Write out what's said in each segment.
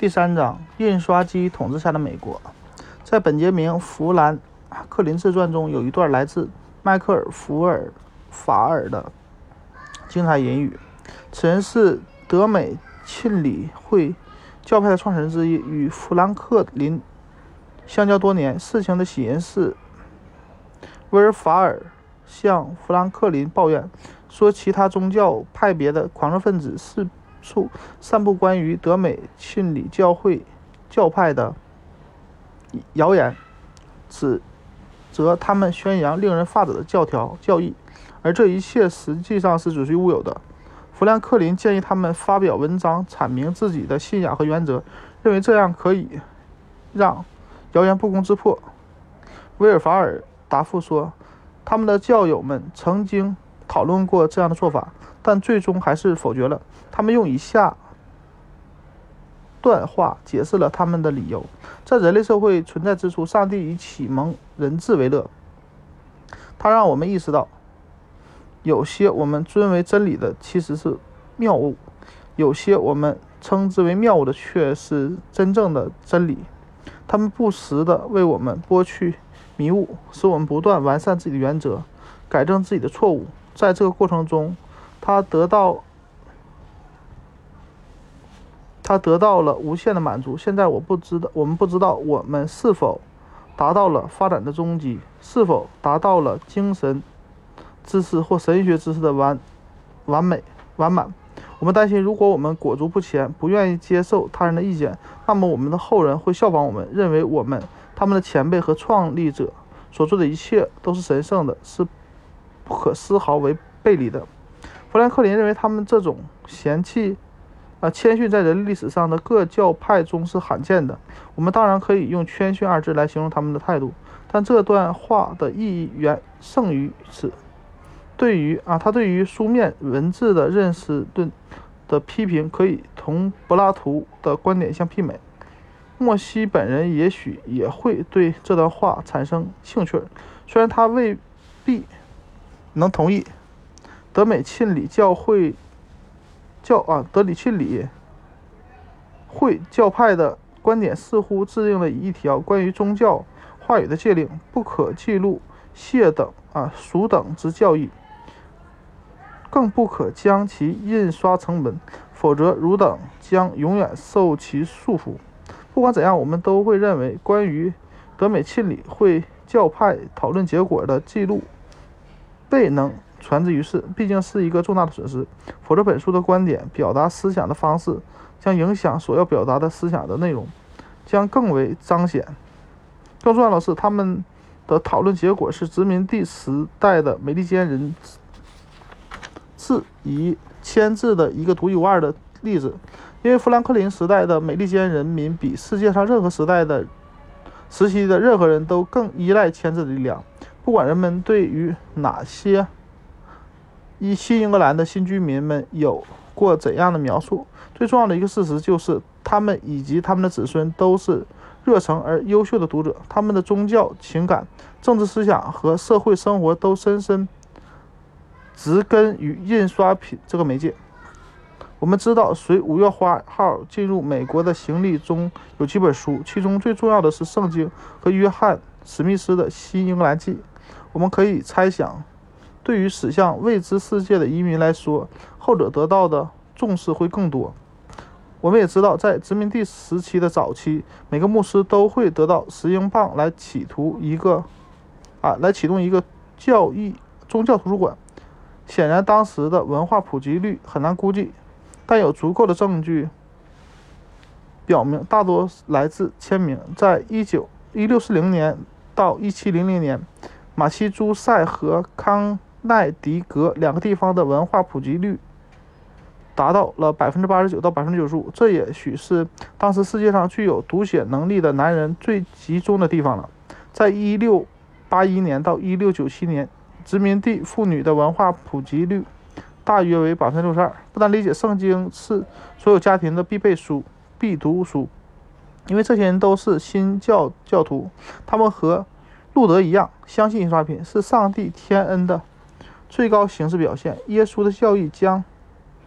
第3章，印刷机统治下的美国。在本杰明·富兰克林自传中有一段来自迈克尔·法尔的精彩引语。此人是德美沁理会教派的创始人之一，与富兰克林相交多年。事情的起因是威尔法尔向富兰克林抱怨说，其他宗教派别的狂热分子四处散布关于德美沁理教派的谣言，指责他们宣扬令人发指的教义，而这一切实际上是子虚乌有的。富兰克林建议他们发表文章阐明自己的信仰和原则，认为这样可以让谣言不攻自破。威尔法尔答复说，他们的教友们曾经讨论过这样的做法，但最终还是否决了。他们用以下段话解释了他们的理由：在人类社会存在之初，上帝以启蒙人智为乐。他让我们意识到，有些我们尊为真理的其实是谬误，有些我们称之为谬误的却是真正的真理。他们不时地为我们剥去迷雾，使我们不断完善自己的原则，改正自己的错误。在这个过程中，他得到了无限的满足。现在我们不知道我们是否达到了发展的终极，是否达到了精神知识或神学知识的完满。我们担心，如果我们裹足不前，不愿意接受他人的意见，那么我们的后人会效仿我们，认为他们的前辈和创立者所做的一切都是神圣的，是不可丝毫为背离的。富兰克林认为他们这种谦逊在人类历史上的各教派中是罕见的。我们当然可以用谦逊2字来形容他们的态度，但这段话的意义远胜于此。他对于书面文字的认识的批评可以同柏拉图的观点相媲美。莫西本人也许也会对这段话产生兴趣，虽然他未必能同意德美沁理会教派的观点，似乎制定了一条关于宗教话语的戒令，不可记录属等之教义，更不可将其印刷成文，否则汝等将永远受其束缚。不管怎样，我们都会认为关于德美沁理会教派讨论结果的记录未能传之于世，毕竟是一个重大的损失。否则本书的观点表达思想的方式将影响所要表达的思想的内容，将更为彰显。更重要的是，他们的讨论结果是殖民地时代的美利坚人质疑签字的一个独一无二的例子。因为富兰克林时代的美利坚人民比世界上任何时期的任何人都更依赖签字的力量。不管人们对于哪些新英格兰的新居民们有过怎样的描述，最重要的一个事实就是，他们以及他们的子孙都是热诚而优秀的读者，他们的宗教、情感、政治思想和社会生活都深深植根于印刷品这个媒介。我们知道，随5月花号进入美国的行李中有几本书，其中最重要的是圣经和约翰·史密斯的新英格兰记。我们可以猜想，对于驶向未知世界的移民来说，后者得到的重视会更多。我们也知道，在殖民地时期的早期，每个牧师都会得到10英镑来启动一个宗教图书馆。显然当时的文化普及率很难估计，但有足够的证据表明大多来自签名。在1640年到1700年，马西诸塞和康奈狄格2个地方的文化普及率达到了 89% 到 95%， 这也许是当时世界上具有读写能力的男人最集中的地方了。在1681年到1697年，殖民地妇女的文化普及率大约为 62%。 不但理解圣经是所有家庭的必读书，因为这些人都是新教徒，他们和路德一样，相信印刷品是上帝天恩的最高形式表现。耶稣的教义将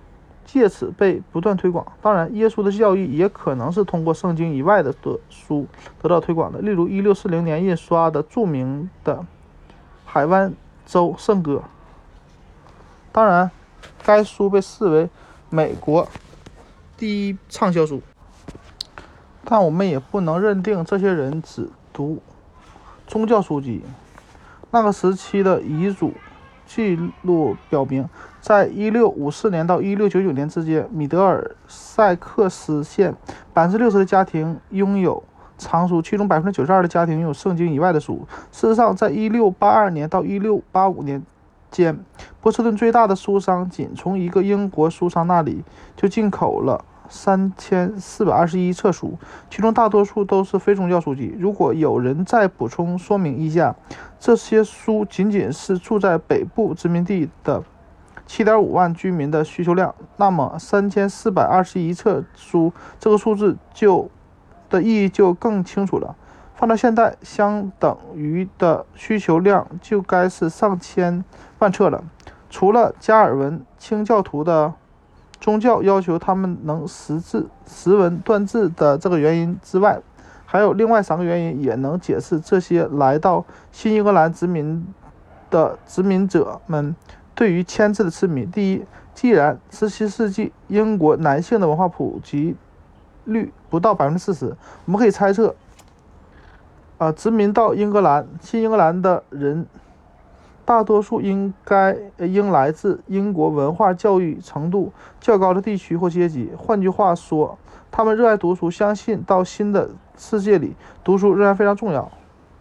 借此被不断推广。当然，耶稣的教义也可能是通过圣经以外的书得到推广的，例如1640年印刷的著名的海湾州圣歌。当然，该书被视为美国第一畅销书，但我们也不能认定这些人只读宗教书籍。那个时期的遗嘱记录表明，在1654年到1699年之间，米德尔塞克斯县60%的家庭拥有藏书，其中92%的家庭拥有圣经以外的书。事实上，在1682年到1685年间，波士顿最大的书商仅从一个英国书商那里就进口了3421册书，其中大多数都是非宗教书籍。如果有人再补充说明一下，这些书仅仅是住在北部殖民地的7.5万居民的需求量，那么3421册书这个数字的意义就更清楚了。放到现代，相等于的需求量就该是上千万册了。除了加尔文清教徒的宗教要求他们能识文断字的这个原因之外，还有另外3个原因也能解释这些来到新英格兰殖民者们对于签字的痴迷。第一，既然17世纪英国男性的文化普及率不到 40%， 我们可以猜测殖民到新英格兰的人大多数应来自英国文化教育程度较高的地区或阶级。换句话说，他们热爱读书，相信到新的世界里读书仍然非常重要，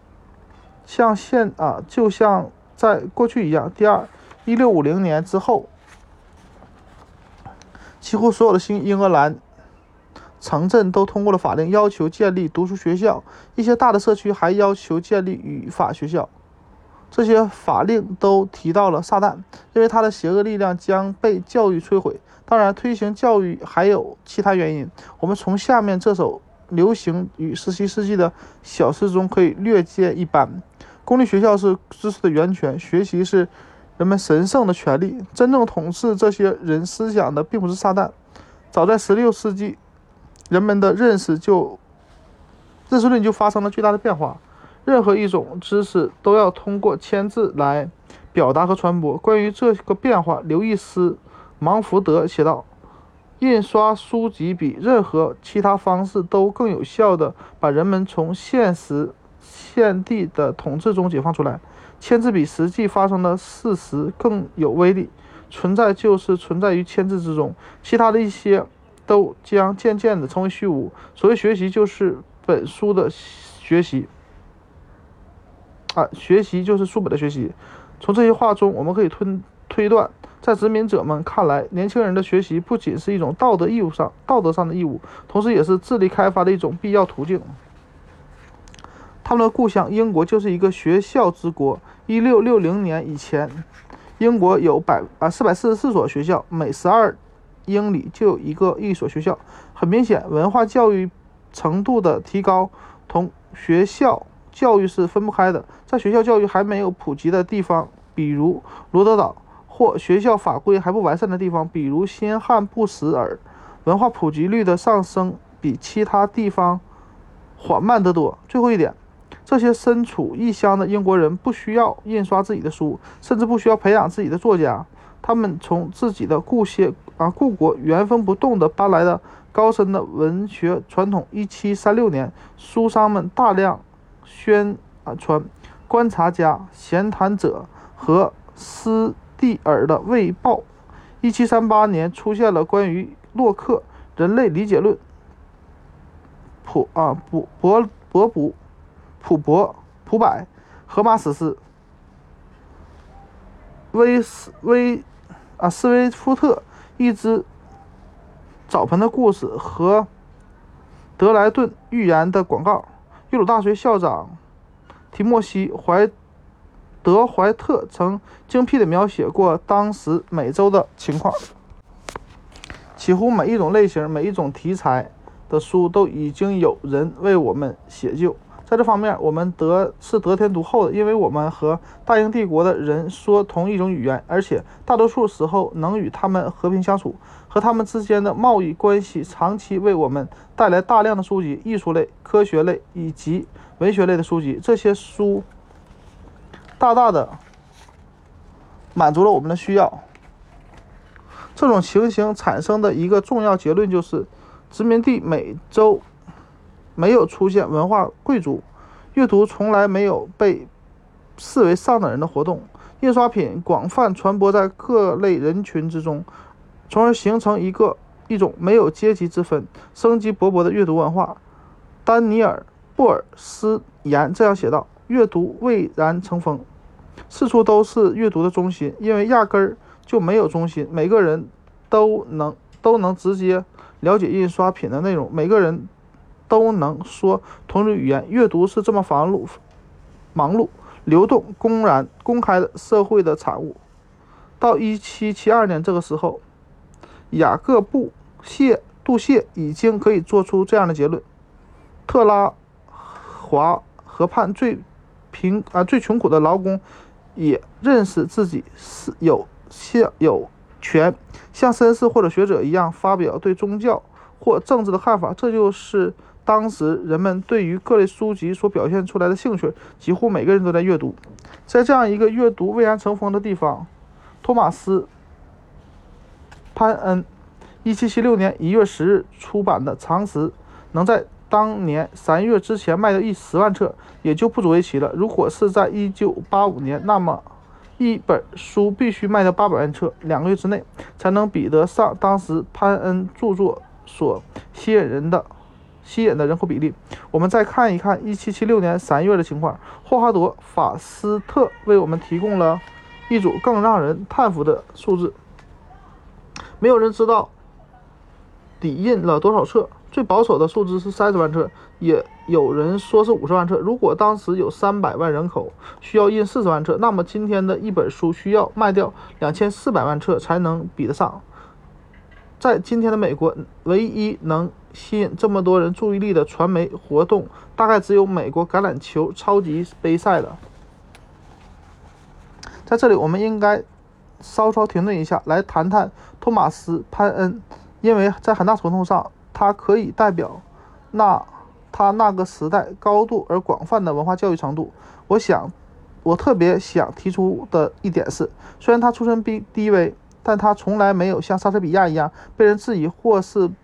就像在过去一样。第二，1650年之后，几乎所有的新英格兰城镇都通过了法令，要求建立读书学校，一些大的社区还要求建立语法学校。这些法令都提到了撒旦，因为他的邪恶力量将被教育摧毁。当然，推行教育还有其他原因，我们从下面这首流行于17世纪的小诗中可以略见一斑。公立学校是知识的源泉，学习是人们神圣的权利。真正统治这些人思想的并不是撒旦。早在16世纪，人们的认识论就发生了巨大的变化。任何一种知识都要通过签字来表达和传播。关于这个变化，刘易斯·芒福德写道：印刷书籍比任何其他方式都更有效地把人们从现地的统治中解放出来。签字比实际发生的事实更有威力。存在就是存在于签字之中，其他的一些都将渐渐地成为虚无。所谓学习，就是本书的学习。学习就是书本的学习。从这些话中，我们可以推断，在殖民者们看来，年轻人的学习不仅是一种道德上的义务，同时也是智力开发的一种必要途径。他们的故乡英国就是一个学校之国。1660年以前，英国有444所学校，每12英里就有一所学校。很明显，文化教育程度的提高同学校教育是分不开的。在学校教育还没有普及的地方，比如罗德岛，或学校法规还不完善的地方，比如新罕布什尔，文化普及率的上升比其他地方缓慢得多。最后一点，这些身处异乡的英国人不需要印刷自己的书，甚至不需要培养自己的作家。他们从自己的故国原封不动地搬来的高深的文学传统。1736年，书商们大量宣传观察家、闲谈者和斯蒂尔的卫报。1738年出现了关于洛克、人类理解论、普柏、荷马史诗、斯威夫特一只澡盆的故事和德莱顿预言的广告。耶鲁大学校长提莫西·怀特曾精辟地描写过当时美洲的情况。几乎每一种类型、每一种题材的书都已经有人为我们写就。 在这方面，我们是得天独厚的，因为我们和大英帝国的人说同一种语言，而且大多数时候能与他们和平相处。和他们之间的贸易关系长期为我们带来大量的书籍，艺术类、科学类以及文学类的书籍。这些书大大的满足了我们的需要。这种情形产生的一个重要结论就是，殖民地美洲没有出现文化贵族，阅读从来没有被视为上等人的活动。印刷品广泛传播在各类人群之中，从而形成一种没有阶级之分、生机勃勃的阅读文化。丹尼尔·布尔斯言这样写道：阅读蔚然成风，四处都是阅读的中心，因为压根儿就没有中心，每个人都能直接了解印刷品的内容，每个人都能说同种语言。阅读是这么忙碌、流动、公开的社会的产物。到1772年这个时候，雅各布·杜谢已经可以做出这样的结论：特拉华河畔最穷苦的劳工也认识自己是有权像绅士或者学者一样发表对宗教或政治的看法。这就是当时人们对于各类书籍所表现出来的兴趣，几乎每个人都在阅读。在这样一个阅读蔚然成风的地方，托马斯·潘恩1776年1月10日出版的《常识》能在当年3月之前卖掉10万册，也就不足为奇了。如果是在1985年，那么一本书必须卖掉800万册，2个月之内才能比得上当时潘恩著作所吸引的人口比例。我们再看一看1776年3月的情况，霍华德·法斯特为我们提供了一组更让人叹服的数字。没有人知道底印了多少册，最保守的数字是30万册，也有人说是50万册。如果当时有300万人口需要印40万册，那么今天的一本书需要卖掉2400万册才能比得上。在今天的美国，唯一能吸引这么多人注意力的传媒活动，大概只有美国橄榄球超级杯赛了。在这里，我们应该稍稍停顿一下，来谈谈托马斯·潘恩，因为在很大程度上，他可以代表他那个时代高度而广泛的文化教育程度。我特别想提出的一点是，虽然他出身低微，但他从来没有像莎士比亚一样被人质疑或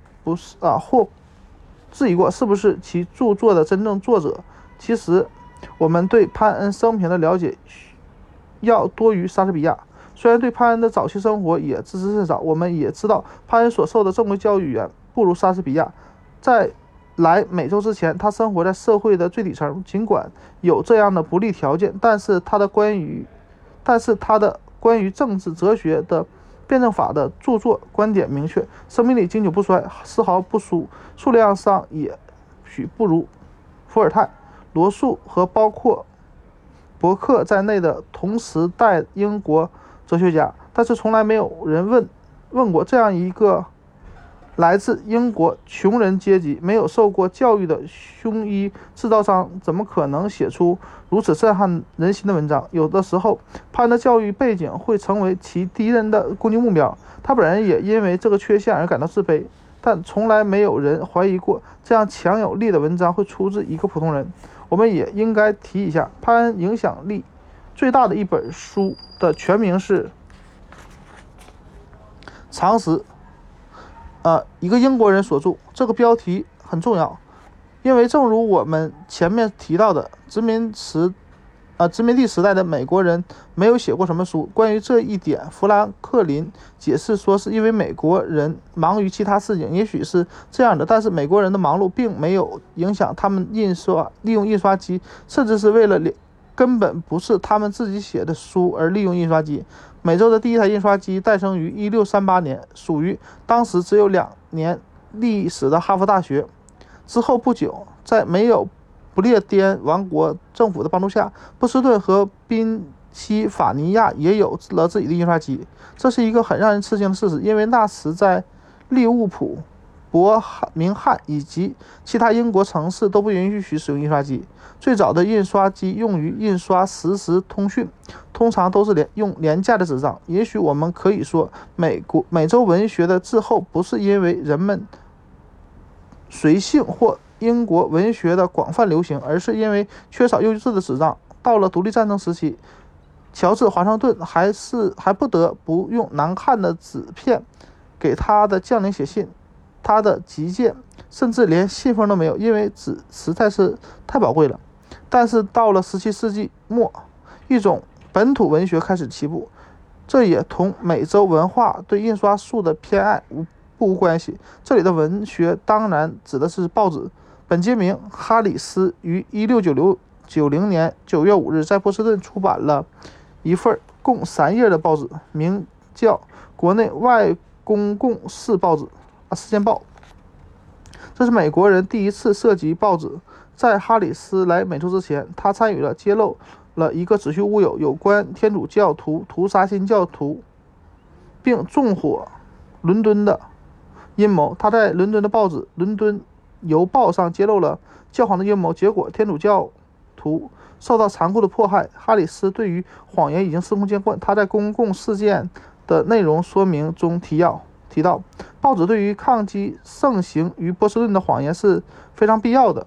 质疑过是不是其著作的真正作者。其实，我们对潘恩生平的了解要多于莎士比亚。虽然对潘恩的早期生活也知之甚少，我们也知道潘恩所受的正规教育远不如莎士比亚。在来美洲之前，他生活在社会的最底层，尽管有这样的不利条件，但是他的关于政治哲学的辩证法的著作观点明确，生命力经久不衰，丝毫不输，数量上也许不如伏尔泰、罗素和包括伯克在内的同时代英国哲学家。但是从来没有人问过，这样一个来自英国穷人阶级、没有受过教育的胸衣制造商，怎么可能写出如此震撼人心的文章？有的时候，潘恩的教育背景会成为其敌人的攻击目标，他本人也因为这个缺陷而感到自卑。但从来没有人怀疑过，这样强有力的文章会出自一个普通人。我们也应该提一下，潘恩影响力最大的一本书的全名是《常识》。一个英国人所著，这个标题很重要，因为正如我们前面提到的，殖民地时代的美国人没有写过什么书。关于这一点，富兰克林解释说，是因为美国人忙于其他事情。也许是这样的，但是美国人的忙碌并没有影响他们利用印刷机，甚至是为了根本不是他们自己写的书而利用印刷机。美洲的第一台印刷机诞生于1638年，属于当时只有2年历史的哈佛大学。之后不久，在没有不列颠王国政府的帮助下，波士顿和宾夕法尼亚也有了自己的印刷机。这是一个很让人吃惊的事实，因为那时在利物浦伯明翰以及其他英国城市都不允许使用印刷机。最早的印刷机用于印刷实时通讯，通常都是用廉价的纸张。也许我们可以说，美洲文学的滞后不是因为人们随性或英国文学的广泛流行，而是因为缺少优质的纸张。到了独立战争时期，乔治·华盛顿还不得不用难看的纸片给他的将领写信，他的急件甚至连信封都没有，因为纸实在是太宝贵了。但是到了17世纪末，一种本土文学开始起步，这也同美洲文化对印刷术的偏爱不无关系。这里的文学当然指的是报纸。本杰明·哈里斯于1690年9月5日在波士顿出版了一份共3页的报纸，名叫《国内外公共事报纸》事件报。这是美国人第一次涉及报纸。在哈里斯来美洲之前，他参与了揭露了一个子虚乌有关天主教徒屠杀新教徒并纵火伦敦的阴谋。他在伦敦的报纸《伦敦邮报》上揭露了教皇的阴谋，结果天主教徒受到残酷的迫害。哈里斯对于谎言已经司空见惯。他在公共事件的内容说明中提到，报纸对于抗击盛行于波士顿的谎言是非常必要的。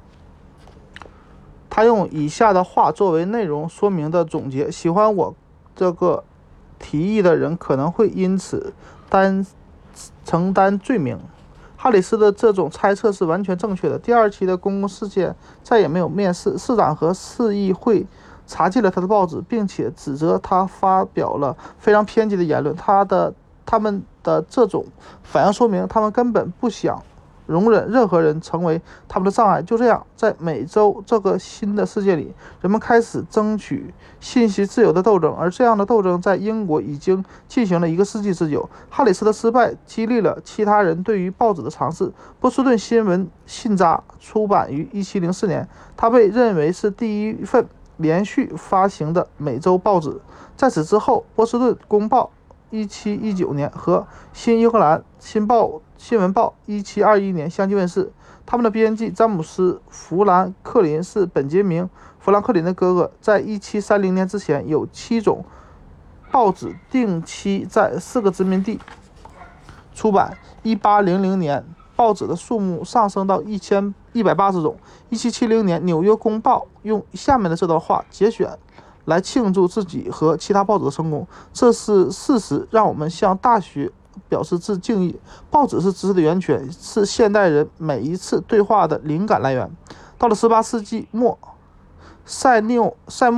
他用以下的话作为内容说明的总结：喜欢我这个提议的人可能会因此承担罪名。哈里斯的这种猜测是完全正确的。第2期的公共事件再也没有面世，市长和市议会查禁了他的报纸，并且指责他发表了非常偏激的言论。他们的这种反应说明他们根本不想容忍任何人成为他们的障碍。就这样，在美洲这个新的世界里，人们开始争取信息自由的斗争，而这样的斗争在英国已经进行了1个世纪之久。哈里斯的失败激励了其他人对于报纸的尝试。波士顿新闻信札出版于1704年，它被认为是第一份连续发行的美洲报纸。在此之后，波士顿公报1719年和新英格兰新闻报1721年相继问世。他们的编辑詹姆斯·弗兰克林是本杰明·弗兰克林的哥哥。在1730年之前，有7种报纸定期在4个殖民地出版。1800年，报纸的数目上升到1180种。1770年，纽约公报用下面的这段话节选来庆祝自己和其他报纸的成功：这是事实，让我们向大学表示敬意。报纸是知识的源泉，是现代人每一次对话的灵感来源。到了18世纪末，塞涅尔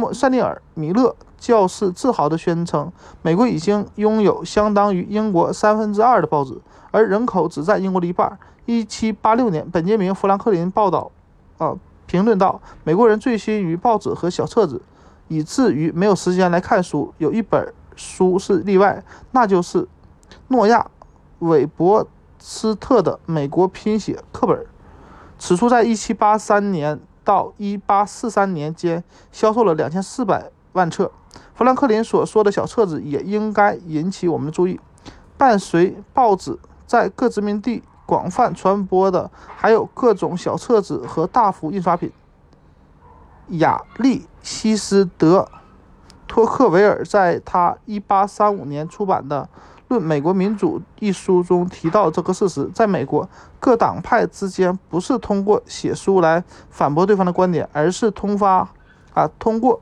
·米勒教士自豪地宣称，美国已经拥有相当于英国2/3的报纸，而人口只占英国的一半。1786年，本杰明·富兰克林评论道，美国人醉心于报纸和小册子，以至于没有时间来看书。有一本书是例外，那就是诺亚·韦伯斯特的美国拼写课本。此书在1783年到1843年间销售了2400万册。富兰克林所说的小册子也应该引起我们的注意。伴随报纸在各殖民地广泛传播的还有各种小册子和大幅印刷品。亚历西斯·德·托克维尔在他1835年出版的《论美国民主》一书中提到这个事实：在美国，各党派之间不是通过写书来反驳对方的观点，而是通过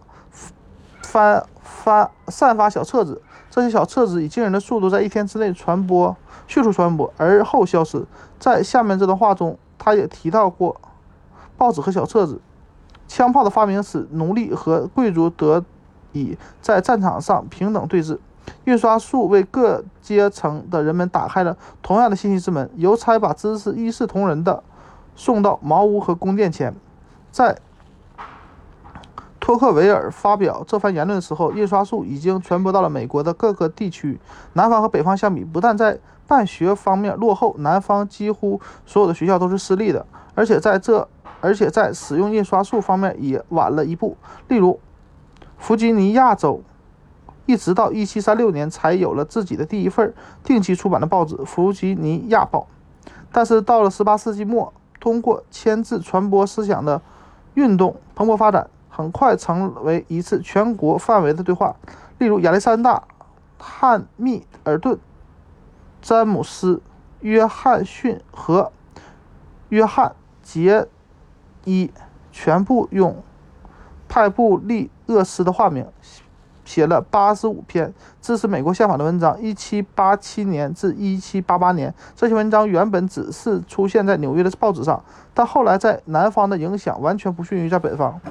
散发小册子。这些小册子以惊人的速度在1天之内迅速传播，而后消失。在下面这段话中，他也提到过报纸和小册子。枪炮的发明使奴隶和贵族得以在战场上平等对峙。印刷术为各阶层的人们打开了同样的信息之门。邮差把知识一视同仁地送到茅屋和宫殿前。在托克维尔发表这番言论的时候，印刷术已经传播到了美国的各个地区。南方和北方相比，不但在办学方面落后，南方几乎所有的学校都是私立的，而且在使用印刷术方面也晚了一步。例如，弗吉尼亚州一直到1736年才有了自己的第一份定期出版的报纸《弗吉尼亚报》。 但是到了18世纪末，通过牵制传播思想的运动蓬勃发展，很快成为一次全国范围的对话。例如亚历山大、汉密尔顿、詹姆斯、约翰逊和约翰杰伊全部用派布利厄斯的化名写了85篇支持美国宪法的文章，1787年至1788年。这些文章原本只是出现在纽约的报纸上，但后来在南方的影响完全不逊于在北方。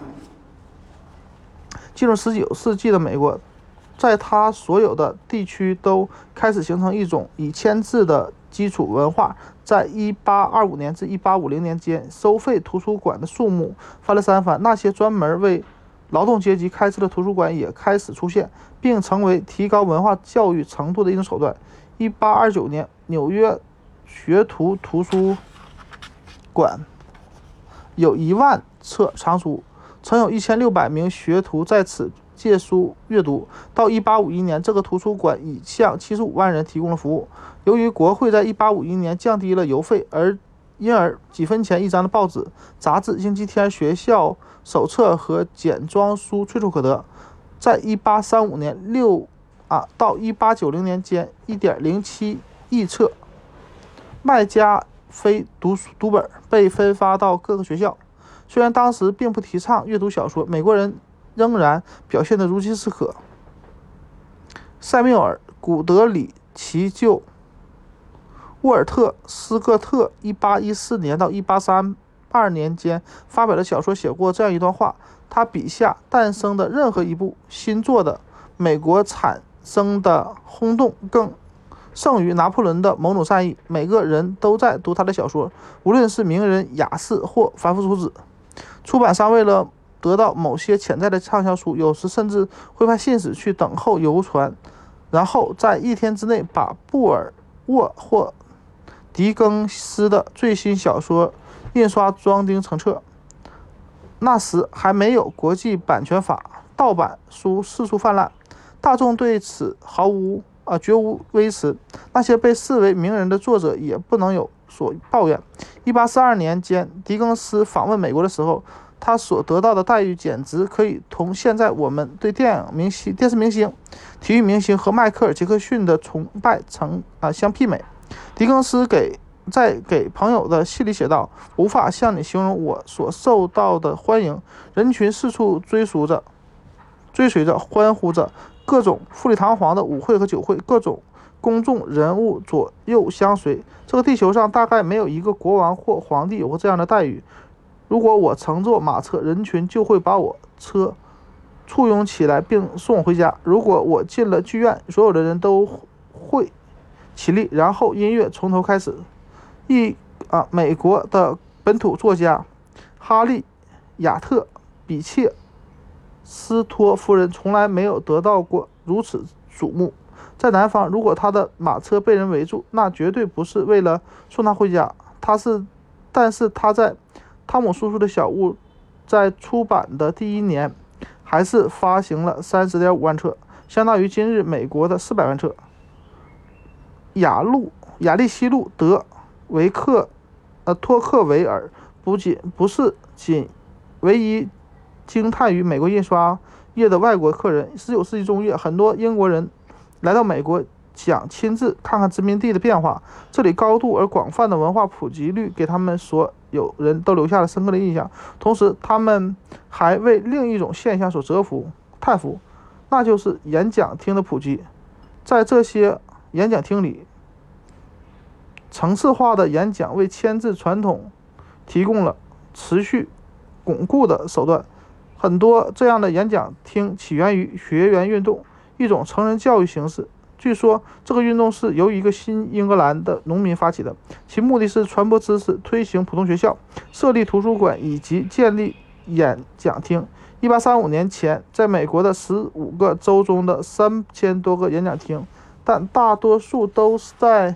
进入19世纪的美国，在它所有的地区都开始形成一种以签字的基础文化。在1825年至1850年间，收费图书馆的数目翻了3番，那些专门为劳动阶级开设的图书馆也开始出现，并成为提高文化教育程度的一种手段。1829年，纽约学徒图书馆有1万册藏书，曾有1600名学徒在此借书阅读。到1851年，这个图书馆已向75万人提供了服务。由于国会在1851年降低了邮费，因而几分钱一张的报纸、杂志、星期天、学校手册和简装书随处可得。在1835年到1890年间，1.07亿册麦加菲读本被分发到各个学校。虽然当时并不提倡阅读小说，美国人仍然表现得如饥似渴。塞缪尔·古德里奇就沃尔特·斯科特1814年到1832年间发表的小说写过这样一段话：他笔下诞生的任何一部新作的美国产生的轰动更胜于拿破仑的某种善意。每个人都在读他的小说，无论是名人雅士或凡夫俗子。出版商为了得到某些潜在的畅销书，有时甚至会派信使去等候邮传，然后在1天之内把布尔沃或狄更斯的最新小说印刷装订成册。那时还没有国际版权法，盗版书四处泛滥，大众对此绝无微词。那些被视为名人的作者也不能有所抱怨。1842年间，狄更斯访问美国的时候，他所得到的待遇简直可以同现在我们对电视明星、体育明星和迈克尔·杰克逊的崇拜相媲美。狄更斯在给朋友的信里写道：“无法向你形容我所受到的欢迎，人群四处追随着，欢呼着，各种富丽堂皇的舞会和酒会，各种公众人物左右相随。这个地球上大概没有一个国王或皇帝有过这样的待遇。如果我乘坐马车，人群就会把我车簇拥起来并送我回家。如果我进了剧院，所有的人都会起立，然后音乐从头开始。美国的本土作家哈利·亚特·比切斯托夫人从来没有得到过如此瞩目。在南方，如果他的马车被人围住，那绝对不是为了送他回家。但是他在汤姆叔叔的小屋在出版的第1年，还是发行了30.5万册，相当于今日美国的400万册。亚利西路·德维克托克维尔不是仅唯一惊叹于美国印刷业的外国客人。19世纪中叶，很多英国人来到美国，想亲自看看殖民地的变化。这里高度而广泛的文化普及率给他们所有人都留下了深刻的印象。同时，他们还为另一种现象所叹服，那就是演讲厅的普及。在这些演讲厅里，层次化的演讲为签字传统提供了持续巩固的手段。很多这样的演讲厅起源于学园运动，一种成人教育形式。据说这个运动是由一个新英格兰的农民发起的，其目的是传播知识、推行普通学校、设立图书馆以及建立演讲厅。1835年前，在美国的15个州中的3000多个演讲厅，但大多数都是在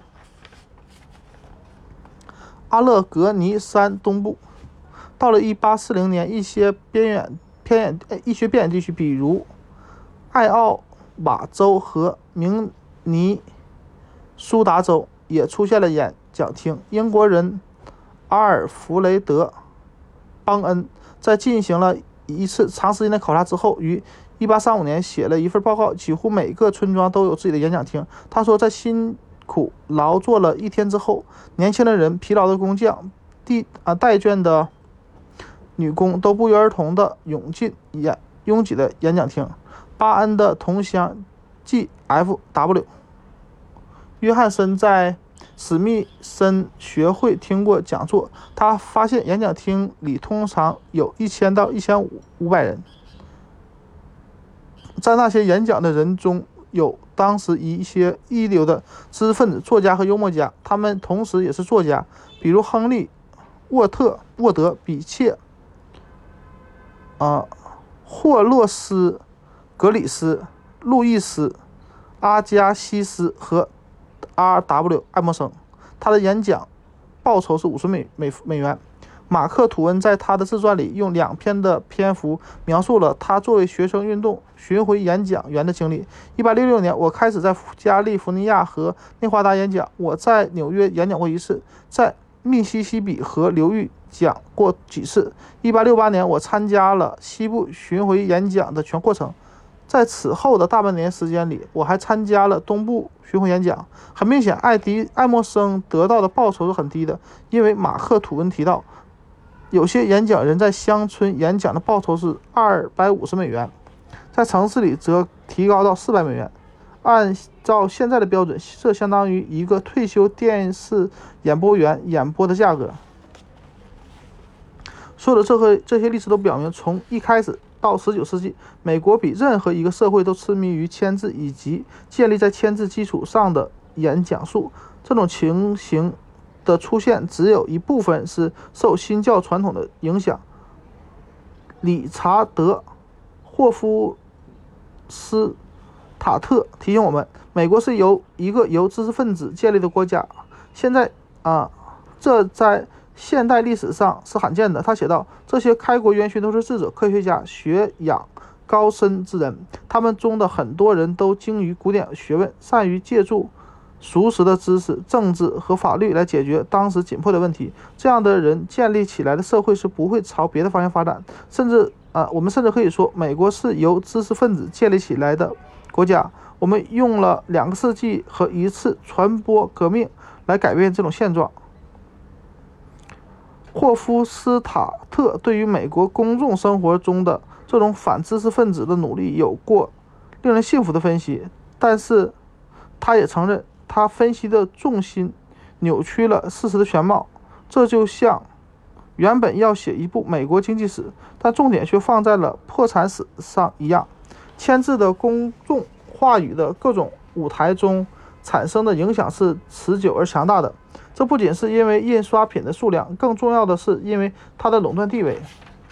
阿勒格尼山东部。到了1840年，一些边远地区，比如艾奥瓦州和明尼苏达州， 也出现了演讲厅。英国人阿尔弗雷德·邦恩在进行了一次长时间的考察之后，于1835年写了一份报告，几乎每个村庄都有自己的演讲厅。他说，在辛苦劳作了一天之后，年轻的人、疲劳的工匠、带倦的女工都不约而同地涌进拥挤的演讲厅。巴恩的同乡 G.F.W. 约翰森在史密森学会听过讲座，他发现演讲厅里通常有1000到1500人。在那些演讲的人中，有当时一些一流的知识分子、作家和幽默家，他们同时也是作家，比如亨利·沃德·比切、霍洛斯·格里斯、路易斯·阿加西斯和 R.W. 爱默生。他的演讲报酬是50美元。马克·吐温在他的自传里用2篇的篇幅描述了他作为学生运动巡回演讲员的经历。1866年，我开始在加利福尼亚和内华达演讲，我在纽约演讲过1次，在密西西比河流域讲过几次。1868年，我参加了西部巡回演讲的全过程。在此后的大半年时间里，我还参加了东部巡回演讲。很明显，爱默生得到的报酬是很低的，因为马克·吐温提到，有些演讲人在乡村演讲的报酬是250美元，在城市里则提高到400美元。按照现在的标准，这相当于一个退休电视演播员演播的价格。所有的这些历史都表明，从一开始到19世纪，美国比任何一个社会都痴迷于签字以及建立在签字基础上的演讲术。这种情形的出现只有一部分是受新教传统的影响。理查德·霍夫斯塔特提醒我们，美国是一个由知识分子建立的国家。这在现代历史上是罕见的。他写道，这些开国元勋都是智者、科学家、学养高深之人，他们中的很多人都精于古典学问，善于借助熟识的知识、政治和法律来解决当时紧迫的问题。这样的人建立起来的社会是不会朝别的方向发展。我们甚至可以说，美国是由知识分子建立起来的国家。我们用了2个世纪和1次传播革命来改变这种现状。霍夫斯塔特对于美国公众生活中的这种反知识分子的努力有过令人信服的分析，但是他也承认，他分析的重心扭曲了事实的全貌。这就像原本要写一部美国经济史，但重点却放在了破产史上一样。签字的公众话语的各种舞台中产生的影响是持久而强大的。这不仅是因为印刷品的数量，更重要的是因为它的垄断地位。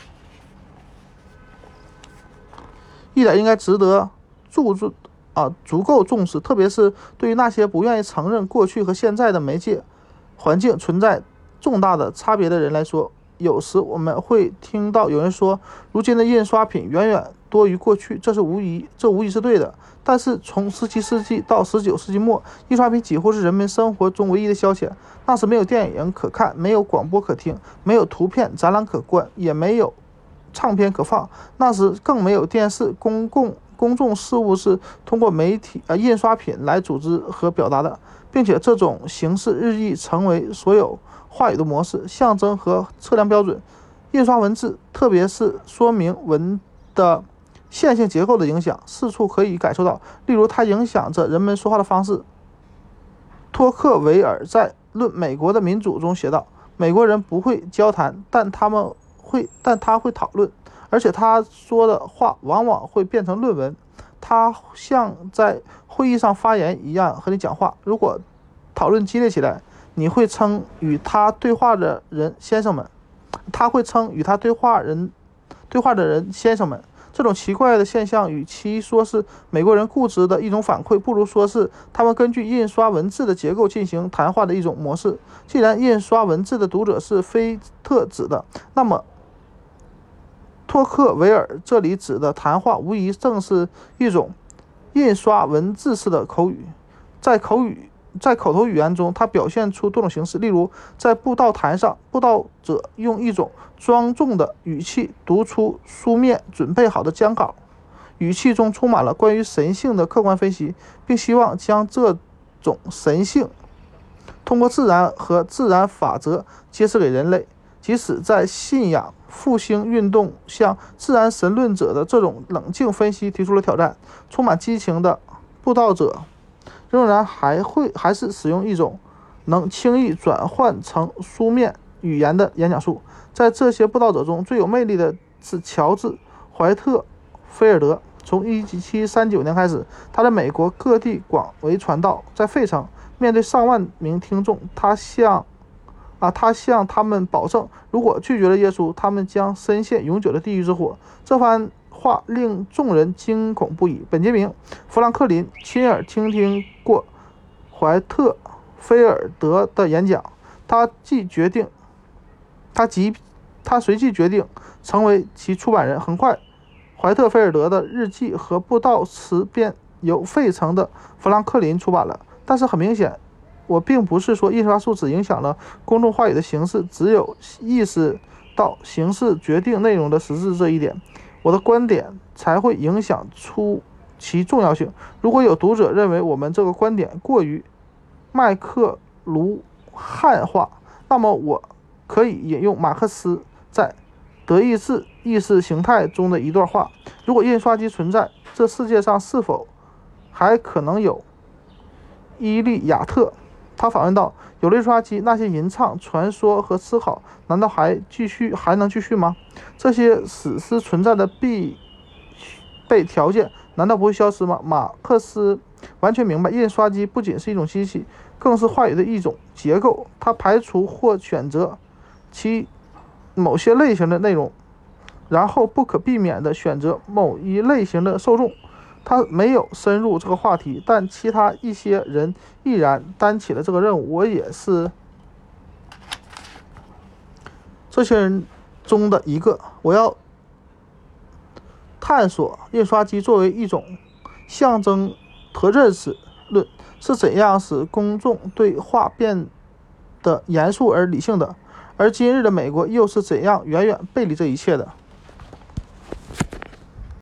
一点应该值得足够重视，特别是对于那些不愿意承认过去和现在的媒介环境存在重大的差别的人来说。有时我们会听到有人说，如今的印刷品远远多于过去，这无疑是对的。但是从17世纪到19世纪末，印刷品几乎是人们生活中唯一的消遣。那时没有电影可看，没有广播可听，没有图片展览可观，也没有唱片可放。那时更没有电视。公众事务是通过印刷品来组织和表达的，并且这种形式日益成为所有话语的模式、象征和测量标准。印刷文字，特别是说明文的线性结构的影响，四处可以感受到。例如，它影响着人们说话的方式。托克维尔在《论美国的民主》中写道：“美国人不会交谈，但他会讨论，而且他说的话往往会变成论文。他像在会议上发言一样和你讲话。如果讨论激烈起来，你会称与他对话的人先生们。他会称与他对话的人先生们。这种奇怪的现象，与其说是美国人固执的一种反馈，不如说是他们根据印刷文字的结构进行谈话的一种模式。既然印刷文字的读者是非特指的，那么托克维尔这里指的谈话无疑正是一种印刷文字式的口语。在口语在口头语言中，它表现出多种形式。例如，在布道坛上，布道者用一种庄重的语气读出书面准备好的讲稿，语气中充满了关于神性的客观分析，并希望将这种神性通过自然和自然法则揭示给人类。即使在信仰复兴运动向自然神论者的这种冷静分析提出了挑战，充满激情的布道者仍然还是使用一种能轻易转换成书面语言的演讲术。在这些布道者中，最有魅力的是乔治·怀特菲尔德。从1739年开始，他在美国各地广为传道。在费城，面对上万名听众，他向他们保证，如果拒绝了耶稣，他们将深陷永久的地狱之火。这番话令众人惊恐不已。本杰明·富兰克林亲耳倾听过怀特菲尔德的演讲，他随即决定成为其出版人。很快，怀特菲尔德的日记和布道词便由费城的富兰克林出版了。但是很明显，我并不是说印刷术只影响了公众话语的形式，只有意识到形式决定内容的实质这一点，我的观点才会影响出其重要性。如果有读者认为我们这个观点过于麦克卢汉化，那么我可以引用马克思在《德意志意识形态》中的一段话：如果印刷机存在，这世界上是否还可能有伊利亚特？他反问道：有了印刷机，那些吟唱、传说和思考难道还能继续吗？这些史诗存在的必备条件难道不会消失吗？马克思完全明白，印刷机不仅是一种机器，更是话语的一种结构。他排除或选择其某些类型的内容，然后不可避免地选择某一类型的受众。他没有深入这个话题，但其他一些人毅然担起了这个任务。我也是这些人中的一个。我要探索印刷机作为一种象征和认识论是怎样使公众对话变得严肃而理性的，而今日的美国又是怎样远远背离这一切的。